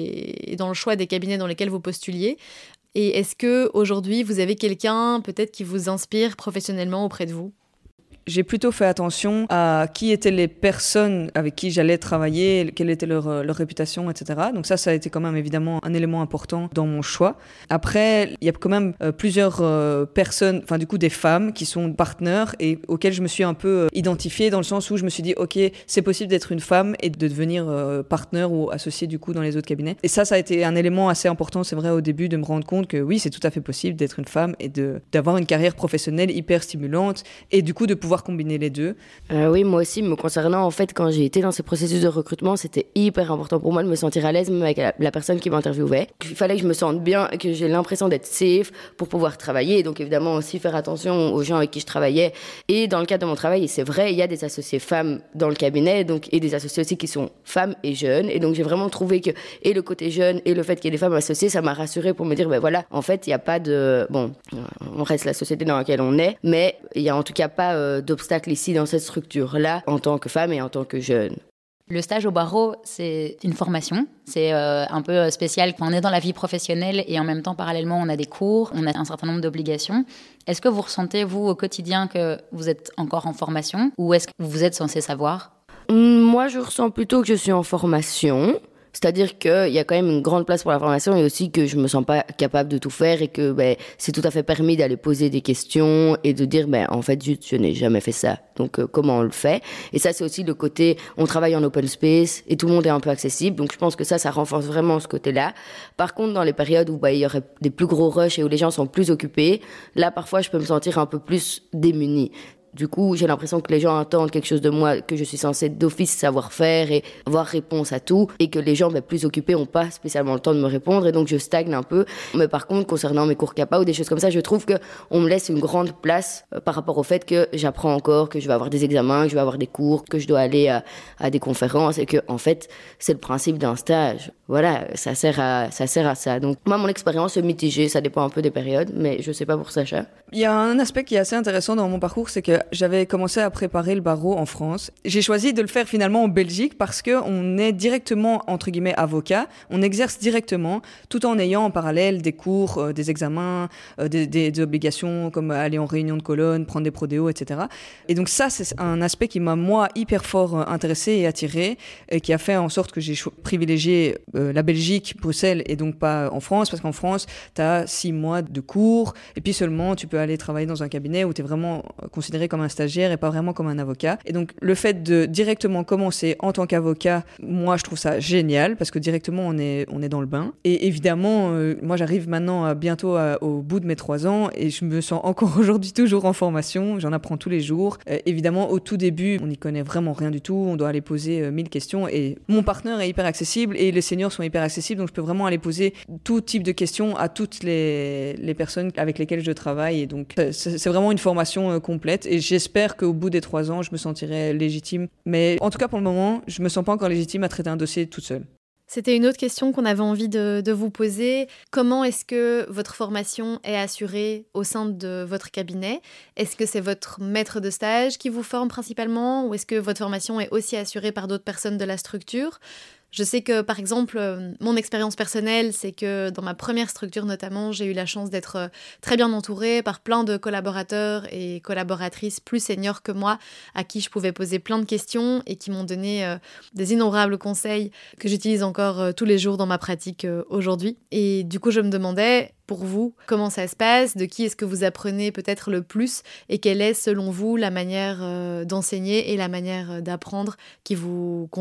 et dans le choix des cabinets dans lesquels vous postuliez ? Et est-ce qu'aujourd'hui, vous avez quelqu'un peut-être qui vous inspire professionnellement auprès de vous ? J'ai plutôt fait attention à qui étaient les personnes avec qui j'allais travailler, quelle était leur réputation, etc. Donc ça a été quand même évidemment un élément important dans mon choix. Après, il y a quand même plusieurs personnes, enfin du coup des femmes qui sont partenaires et auxquelles je me suis un peu identifiée dans le sens où je me suis dit ok, c'est possible d'être une femme et de devenir partenaire ou associé du coup dans les autres cabinets. Et ça a été un élément assez important, c'est vrai au début, de me rendre compte que oui, c'est tout à fait possible d'être une femme et d'avoir une carrière professionnelle hyper stimulante et du coup de pouvoir combiner les deux. Oui, moi aussi, me concernant, en fait, quand j'ai été dans ces processus de recrutement, c'était hyper important pour moi de me sentir à l'aise même avec la personne qui m'interviewait. Il fallait que je me sente bien, que j'ai l'impression d'être safe pour pouvoir travailler. Et donc, évidemment, aussi faire attention aux gens avec qui je travaillais. Et dans le cadre de mon travail, et c'est vrai, il y a des associés femmes dans le cabinet, donc, et des associés aussi qui sont femmes et jeunes. Et donc, j'ai vraiment trouvé que, et le côté jeune, et le fait qu'il y ait des femmes associées, ça m'a rassurée pour me dire, voilà, en fait, il n'y a pas de... Bon, on reste la société dans laquelle on est, mais il n'y a en tout cas pas d'obstacle ici dans cette structure-là, en tant que femme et en tant que jeune. Le stage au barreau, c'est une formation. C'est un peu spécial quand on est dans la vie professionnelle et en même temps, parallèlement, on a des cours, on a un certain nombre d'obligations. Est-ce que vous ressentez, vous, au quotidien, que vous êtes encore en formation ou est-ce que vous êtes censé savoir ? Moi, je ressens plutôt que je suis en formation. C'est-à-dire qu'il y a quand même une grande place pour la formation et aussi que je me sens pas capable de tout faire et que c'est tout à fait permis d'aller poser des questions et de dire en fait juste je n'ai jamais fait ça. Donc comment on le fait ? Et ça c'est aussi le côté on travaille en open space et tout le monde est un peu accessible. Donc je pense que ça renforce vraiment ce côté-là. Par contre dans les périodes où il y aurait des plus gros rushs et où les gens sont plus occupés, là parfois je peux me sentir un peu plus démunie. Du coup, j'ai l'impression que les gens attendent quelque chose de moi que je suis censée d'office savoir faire et avoir réponse à tout et que les gens plus occupés n'ont pas spécialement le temps de me répondre et donc je stagne un peu. Mais par contre, concernant mes cours CAPA ou des choses comme ça, je trouve qu'on me laisse une grande place par rapport au fait que j'apprends encore, que je vais avoir des examens, que je vais avoir des cours, que je dois aller à des conférences et que, en fait, c'est le principe d'un stage. Voilà, ça sert à ça. Donc, moi, mon expérience est mitigée, ça dépend un peu des périodes, mais je sais pas pour Sacha. Il y a un aspect qui est assez intéressant dans mon parcours, c'est que j'avais commencé à préparer le barreau en France. J'ai choisi de le faire finalement en Belgique parce qu'on est directement, entre guillemets, avocat. On exerce directement, tout en ayant en parallèle des cours, des examens, des obligations comme aller en réunion de colonne, prendre des prodéos, etc. Et donc ça, c'est un aspect qui m'a, moi, hyper fort intéressé et attiré, et qui a fait en sorte que j'ai privilégié la Belgique, Bruxelles, et donc pas en France, parce qu'en France, tu as 6 mois de cours, et puis seulement tu peux aller travailler dans un cabinet où tu es vraiment considéré comme un stagiaire et pas vraiment comme un avocat. Et donc le fait de directement commencer en tant qu'avocat, moi je trouve ça génial parce que directement on est dans le bain. Et évidemment, moi j'arrive maintenant bientôt au bout de mes 3 ans et je me sens encore aujourd'hui toujours en formation, j'en apprends tous les jours. Évidemment au tout début on n'y connaît vraiment rien du tout, on doit aller poser 1000 questions et mon partenaire est hyper accessible et les seniors sont hyper accessibles, donc je peux vraiment aller poser tout type de questions à toutes les personnes avec lesquelles je travaille. Et donc c'est vraiment une formation complète et j'espère qu'au bout des 3 ans je me sentirai légitime, mais en tout cas pour le moment je me sens pas encore légitime à traiter un dossier toute seule. C'était une autre question qu'on avait envie de vous poser. Comment est-ce que votre formation est assurée au sein de votre cabinet ? Est-ce que c'est votre maître de stage qui vous forme principalement ou est-ce que votre formation est aussi assurée par d'autres personnes de la structure ? Je sais que, par exemple, mon expérience personnelle, c'est que dans ma première structure notamment, j'ai eu la chance d'être très bien entourée par plein de collaborateurs et collaboratrices plus seniors que moi, à qui je pouvais poser plein de questions et qui m'ont donné des innombrables conseils que j'utilise encore tous les jours dans ma pratique aujourd'hui. Et du coup, je me demandais, pour vous, comment ça se passe ? De qui est-ce que vous apprenez peut-être le plus ? Et quelle est, selon vous, la manière d'enseigner et la manière d'apprendre qui vous convient le mieux ?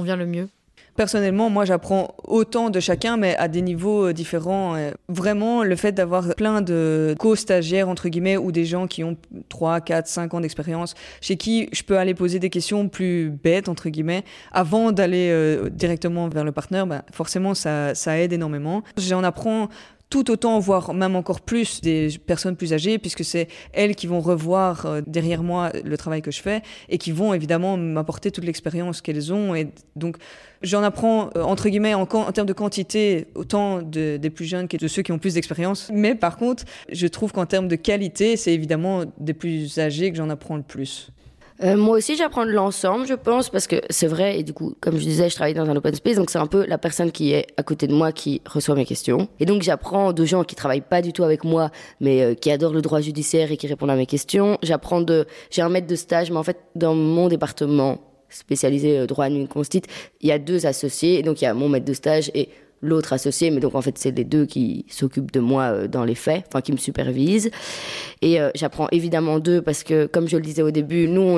Personnellement, moi, j'apprends autant de chacun, mais à des niveaux différents. Vraiment, le fait d'avoir plein de co-stagiaires, entre guillemets, ou des gens qui ont 3, 4, 5 ans d'expérience, chez qui je peux aller poser des questions plus bêtes, entre guillemets, avant d'aller directement vers le partenaire, forcément, ça aide énormément. J'en apprends tout autant, voire même encore plus, des personnes plus âgées, puisque c'est elles qui vont revoir derrière moi le travail que je fais et qui vont évidemment m'apporter toute l'expérience qu'elles ont. Et donc, j'en apprends, entre guillemets, en termes de quantité, autant des plus jeunes que de ceux qui ont plus d'expérience. Mais par contre, je trouve qu'en termes de qualité, c'est évidemment des plus âgés que j'en apprends le plus. Moi aussi, j'apprends de l'ensemble, je pense, parce que c'est vrai, et du coup, comme je disais, je travaille dans un open space, donc c'est un peu la personne qui est à côté de moi qui reçoit mes questions. Et donc, j'apprends de gens qui travaillent pas du tout avec moi, mais qui adorent le droit judiciaire et qui répondent à mes questions. J'ai un maître de stage, mais en fait, dans mon département spécialisé droit admin constit, il y a 2 associés, et donc il y a mon maître de stage et l'autre associé, mais donc en fait c'est les 2 qui s'occupent de moi dans les faits, enfin qui me supervisent. Et j'apprends évidemment d'eux parce que, comme je le disais au début, nous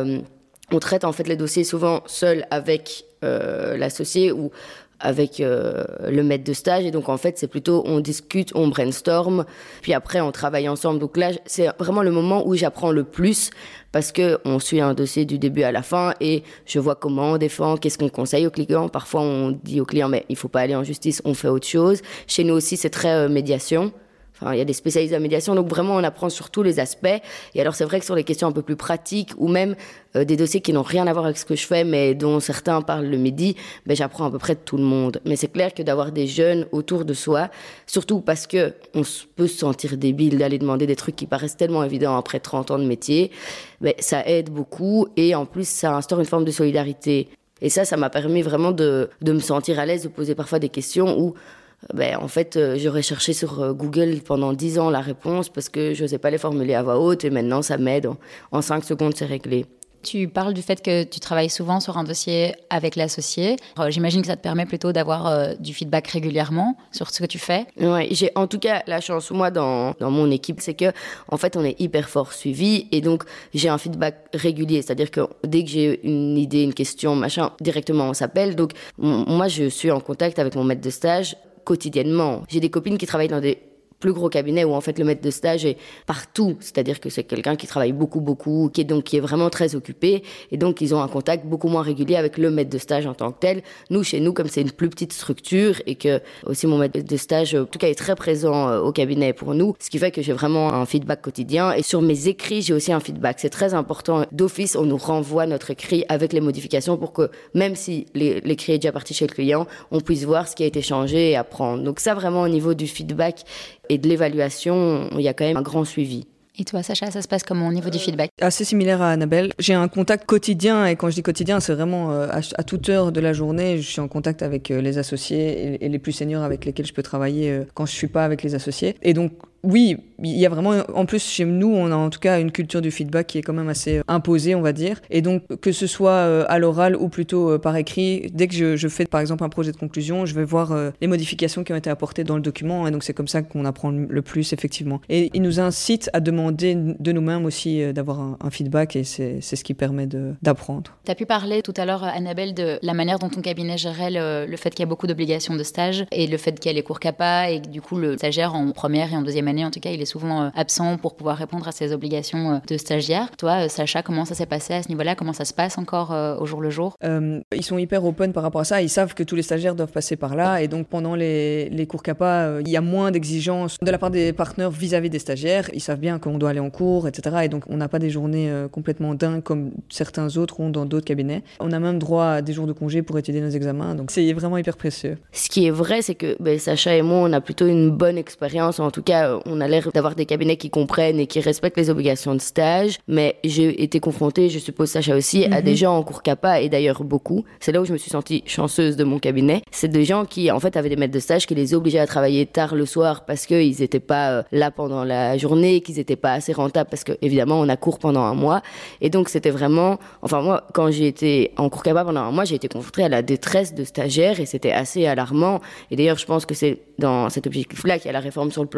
on traite en fait les dossiers souvent seul avec l'associé ou avec le maître de stage, et donc en fait c'est plutôt on discute, on brainstorm, puis après on travaille ensemble. Donc là c'est vraiment le moment où j'apprends le plus, parce qu'on suit un dossier du début à la fin et je vois comment on défend, qu'est-ce qu'on conseille aux clients. Parfois on dit aux clients mais il faut pas aller en justice, on fait autre chose. Chez nous aussi c'est très médiation. Enfin, il y a des spécialistes en médiation, donc vraiment on apprend sur tous les aspects. Et alors c'est vrai que sur les questions un peu plus pratiques, ou même des dossiers qui n'ont rien à voir avec ce que je fais, mais dont certains parlent le midi, j'apprends à peu près de tout le monde. Mais c'est clair que d'avoir des jeunes autour de soi, surtout parce que on peut se sentir débile d'aller demander des trucs qui paraissent tellement évidents après 30 ans de métier, ça aide beaucoup, et en plus ça instaure une forme de solidarité. Et ça m'a permis vraiment de me sentir à l'aise, de poser parfois des questions où en fait, j'aurais cherché sur Google pendant 10 ans la réponse parce que je n'osais pas les formuler à voix haute, et maintenant ça m'aide. En 5 secondes, c'est réglé. Tu parles du fait que tu travailles souvent sur un dossier avec l'associé. J'imagine que ça te permet plutôt d'avoir du feedback régulièrement sur ce que tu fais. Oui, j'ai en tout cas la chance, moi, dans mon équipe, c'est que en fait, on est hyper fort suivi, et donc j'ai un feedback régulier. C'est-à-dire que dès que j'ai une idée, une question, machin, directement on s'appelle. Donc moi, je suis en contact avec mon maître de stage quotidiennement. J'ai des copines qui travaillent dans des plus gros cabinet où en fait le maître de stage est partout, c'est-à-dire que c'est quelqu'un qui travaille beaucoup, qui est vraiment très occupé, et donc ils ont un contact beaucoup moins régulier avec le maître de stage en tant que tel. Nous, chez nous, comme c'est une plus petite structure, et que aussi mon maître de stage en tout cas est très présent au cabinet pour nous, ce qui fait que j'ai vraiment un feedback quotidien. Et sur mes écrits, j'ai aussi un feedback, c'est très important. D'office, on nous renvoie notre écrit avec les modifications pour que même si l'écrit est déjà parti chez le client, on puisse voir ce qui a été changé et apprendre. Donc ça, vraiment, au niveau du feedback et de l'évaluation, il y a quand même un grand suivi. Et toi, Sacha, ça se passe comment au niveau du feedback ? Assez similaire à Annabelle. J'ai un contact quotidien, et quand je dis quotidien, c'est vraiment à toute heure de la journée. Je suis en contact avec les associés et les plus seniors avec lesquels je peux travailler quand je suis pas avec les associés. Et donc, oui, il y a vraiment, en plus chez nous, on a en tout cas une culture du feedback qui est quand même assez imposée, on va dire. Et donc, que ce soit à l'oral ou plutôt par écrit, dès que je fais par exemple un projet de conclusion, je vais voir les modifications qui ont été apportées dans le document, et donc c'est comme ça qu'on apprend le plus, effectivement. Et il nous incite à demander de nous-mêmes aussi d'avoir un feedback, et c'est ce qui permet d'apprendre. Tu as pu parler tout à l'heure, Annabelle, de la manière dont ton cabinet gérait le fait qu'il y a beaucoup d'obligations de stage, et le fait qu'il y a les cours CAPA, et que du coup le stagiaire en première et en deuxième année, en tout cas, il est souvent absent pour pouvoir répondre à ses obligations de stagiaire. Toi, Sacha, comment ça s'est passé à ce niveau-là ? Comment ça se passe encore au jour le jour ? Ils sont hyper open par rapport à ça. Ils savent que tous les stagiaires doivent passer par là, et donc pendant les cours CAPA, il y a moins d'exigences de la part des partenaires vis-à-vis des stagiaires. Ils savent bien qu'on doit aller en cours, etc. Et donc on n'a pas des journées complètement dingues comme certains autres ont dans d'autres cabinets. On a même droit à des jours de congé pour étudier nos examens, donc c'est vraiment hyper précieux. Ce qui est vrai, c'est que Sacha et moi, on a plutôt une bonne expérience. En tout cas, on a l'air d'avoir des cabinets qui comprennent et qui respectent les obligations de stage. Mais j'ai été confrontée, je suppose Sacha aussi, à des gens en cours CAPA, et d'ailleurs beaucoup. C'est là où je me suis sentie chanceuse de mon cabinet. C'est des gens qui, en fait, avaient des maîtres de stage qui les obligeaient à travailler tard le soir parce qu'ils n'étaient pas là pendant la journée, qu'ils n'étaient pas assez rentables parce que, évidemment, on a cours pendant un mois. Et donc, c'était vraiment... Enfin, moi, quand j'ai été en cours CAPA pendant un mois, j'ai été confrontée à la détresse de stagiaires, et c'était assez alarmant. Et d'ailleurs, je pense que c'est dans cet objectif-là qu'il y a la réforme sur le plan financier,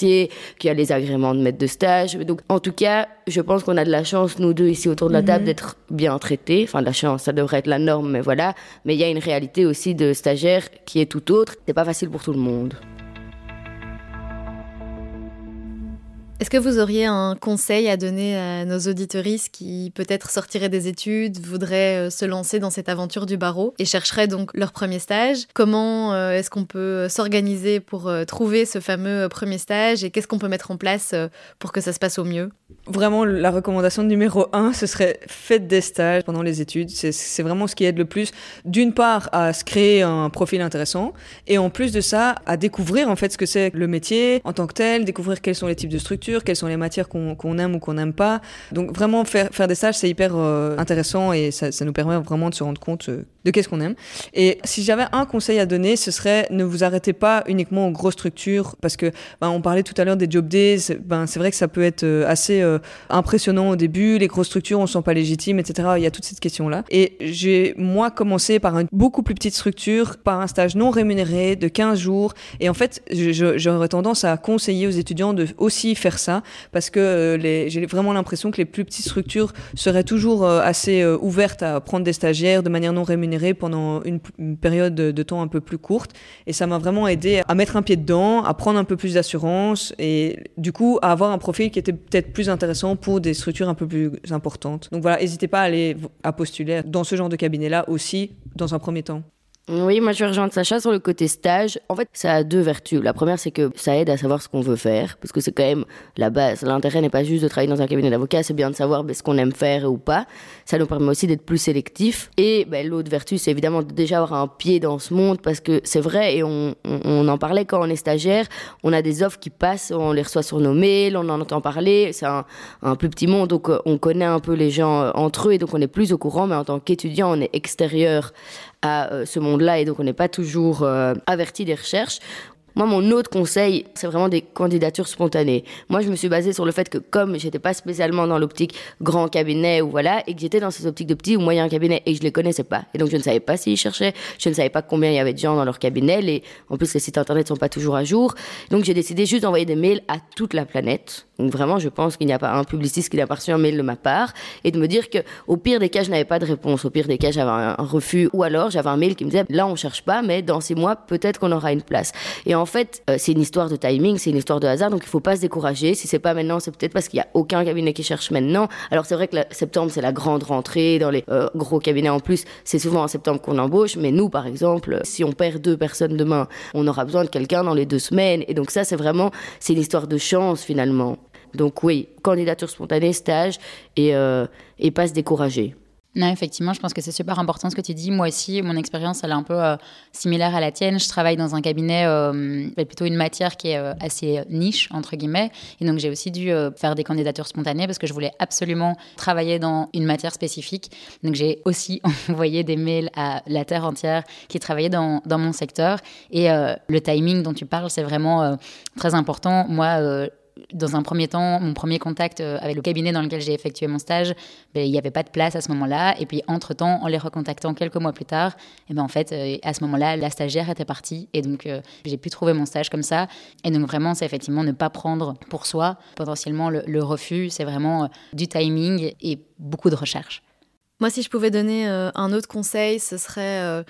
financier, qu'il y a les agréments de maître de stage. Donc, en tout cas, je pense qu'on a de la chance, nous deux, ici autour de la table, d'être bien traités. Enfin, de la chance, ça devrait être la norme, mais voilà. Mais il y a une réalité aussi de stagiaire qui est tout autre. C'est pas facile pour tout le monde. Est-ce que vous auriez un conseil à donner à nos auditeuristes qui peut-être sortiraient des études, voudraient se lancer dans cette aventure du barreau et chercheraient donc leur premier stage? Comment est-ce qu'on peut s'organiser pour trouver ce fameux premier stage et qu'est-ce qu'on peut mettre en place pour que ça se passe au mieux? Vraiment, la recommandation numéro 1, ce serait faites des stages pendant les études. C'est vraiment ce qui aide le plus, d'une part, à se créer un profil intéressant et en plus de ça, à découvrir en fait ce que c'est le métier en tant que tel, découvrir quels sont les types de structures, quelles sont les matières qu'on aime ou qu'on n'aime pas. Donc vraiment, faire des stages, c'est hyper intéressant et ça nous permet vraiment de se rendre compte de qu'est-ce qu'on aime. Et si j'avais un conseil à donner, ce serait ne vous arrêtez pas uniquement aux grosses structures parce que on parlait tout à l'heure des job days. C'est vrai que ça peut être assez impressionnant au début, les grosses structures, on ne se sent pas légitime, etc. Il y a toute cette question-là. Et j'ai, moi, commencé par une beaucoup plus petite structure, par un stage non rémunéré de 15 jours. Et en fait, j'aurais tendance à conseiller aux étudiants de aussi faire ça parce que j'ai vraiment l'impression que les plus petites structures seraient toujours assez ouvertes à prendre des stagiaires de manière non rémunérée pendant une période de temps un peu plus courte. Et ça m'a vraiment aidé à mettre un pied dedans, à prendre un peu plus d'assurance et du coup à avoir un profil qui était peut-être plus intéressant pour des structures un peu plus importantes. Donc voilà, n'hésitez pas à postuler dans ce genre de cabinet-là aussi, dans un premier temps. Oui, moi je vais rejoindre Sacha sur le côté stage. En fait, ça a deux vertus. La première, c'est que ça aide à savoir ce qu'on veut faire, parce que c'est quand même la base. L'intérêt n'est pas juste de travailler dans un cabinet d'avocat, c'est bien de savoir ce qu'on aime faire ou pas. Ça nous permet aussi d'être plus sélectifs. Et l'autre vertu, c'est évidemment de déjà avoir un pied dans ce monde, parce que c'est vrai, et on en parlait quand on est stagiaire, on a des offres qui passent, on les reçoit sur nos mails, on en entend parler. C'est un plus petit monde, donc on connaît un peu les gens entre eux, et donc on est plus au courant, mais en tant qu'étudiant, on est extérieur à ce monde-là et donc on n'est pas toujours averti des recherches. Moi, mon autre conseil, c'est vraiment des candidatures spontanées. Moi, je me suis basée sur le fait que comme j'étais pas spécialement dans l'optique grand cabinet ou voilà, et que j'étais dans ces optiques de petit ou moyen cabinet et que je les connaissais pas. Et donc, je ne savais pas s'ils cherchaient, je ne savais pas combien il y avait de gens dans leur cabinet. En plus, les sites internet sont pas toujours à jour. Donc, j'ai décidé juste d'envoyer des mails à toute la planète. Donc, vraiment, je pense qu'il n'y a pas un publiciste qui n'a pas reçu un mail de ma part et de me dire que, au pire des cas, je n'avais pas de réponse. Au pire des cas, j'avais un refus ou alors j'avais un mail qui me disait, là, on cherche pas, mais dans 6 mois, peut-être qu'on aura une place. Et en fait, c'est une histoire de timing, c'est une histoire de hasard, donc il faut pas se décourager. Si c'est pas maintenant, c'est peut-être parce qu'il y a aucun cabinet qui cherche maintenant. Alors c'est vrai que septembre, c'est la grande rentrée dans les gros cabinets en plus. C'est souvent en septembre qu'on embauche, mais nous, par exemple, si on perd 2 personnes demain, on aura besoin de quelqu'un dans les 2 semaines. Et donc ça, c'est une histoire de chance finalement. Donc oui, candidature spontanée, stage et pas se décourager. Non, effectivement, je pense que c'est super important ce que tu dis. Moi aussi, mon expérience, elle est un peu similaire à la tienne. Je travaille dans un cabinet, plutôt une matière qui est assez niche, entre guillemets. Et donc, j'ai aussi dû faire des candidatures spontanées parce que je voulais absolument travailler dans une matière spécifique. Donc, j'ai aussi envoyé des mails à la terre entière qui travaillait dans mon secteur. Et le timing dont tu parles, c'est vraiment très important. Moi, dans un premier temps, mon premier contact avec le cabinet dans lequel j'ai effectué mon stage, il n'y avait pas de place à ce moment-là. Et puis, entre-temps, en les recontactant quelques mois plus tard, en fait, à ce moment-là, la stagiaire était partie. Et donc, j'ai pu trouver mon stage comme ça. Et donc, vraiment, c'est effectivement ne pas prendre pour soi. Potentiellement, le refus, c'est vraiment du timing et beaucoup de recherche. Moi, si je pouvais donner un autre conseil, ce serait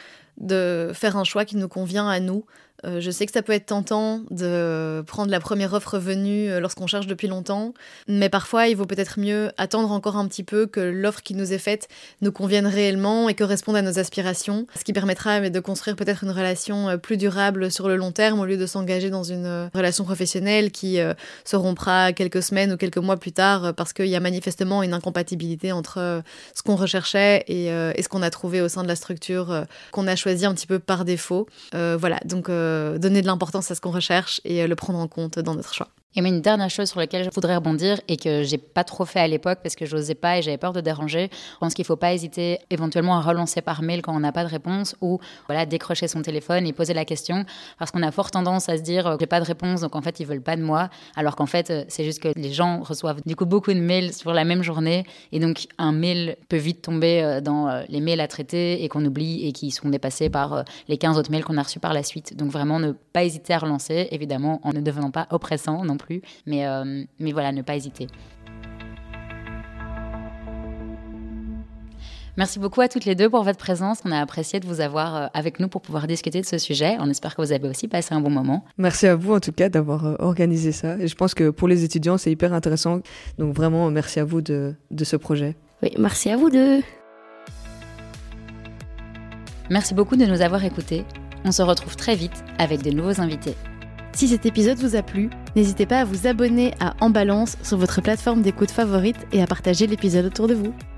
de faire un choix qui nous convient à nous. Je sais que ça peut être tentant de prendre la première offre venue lorsqu'on cherche depuis longtemps, mais parfois il vaut peut-être mieux attendre encore un petit peu que l'offre qui nous est faite nous convienne réellement et corresponde à nos aspirations, ce qui permettra de construire peut-être une relation plus durable sur le long terme au lieu de s'engager dans une relation professionnelle qui se rompra quelques semaines ou quelques mois plus tard parce qu'il y a manifestement une incompatibilité entre ce qu'on recherchait et ce qu'on a trouvé au sein de la structure qu'on a choisi un petit peu par défaut. Voilà, donc donner de l'importance à ce qu'on recherche et le prendre en compte dans notre choix. Et mais une dernière chose sur laquelle je voudrais rebondir et que j'ai pas trop fait à l'époque parce que j'osais pas et j'avais peur de déranger, je pense qu'il faut pas hésiter éventuellement à relancer par mail quand on n'a pas de réponse ou décrocher son téléphone et poser la question parce qu'on a fort tendance à se dire j'ai pas de réponse donc en fait ils veulent pas de moi alors qu'en fait c'est juste que les gens reçoivent du coup beaucoup de mails sur la même journée et donc un mail peut vite tomber dans les mails à traiter et qu'on oublie et qui sont dépassés par les 15 autres mails qu'on a reçus par la suite. Donc vraiment ne pas hésiter à relancer évidemment en ne devenant pas oppressant non plus. Mais voilà, ne pas hésiter. Merci beaucoup à toutes les deux pour votre présence. On a apprécié de vous avoir avec nous pour pouvoir discuter de ce sujet. On espère que vous avez aussi passé un bon moment. Merci à vous en tout cas d'avoir organisé ça. Et je pense que pour les étudiants, c'est hyper intéressant. Donc vraiment, merci à vous de ce projet. Oui, merci à vous deux. Merci beaucoup de nous avoir écoutés. On se retrouve très vite avec de nouveaux invités. Si cet épisode vous a plu, n'hésitez pas à vous abonner à En Balance sur votre plateforme d'écoute favorite et à partager l'épisode autour de vous.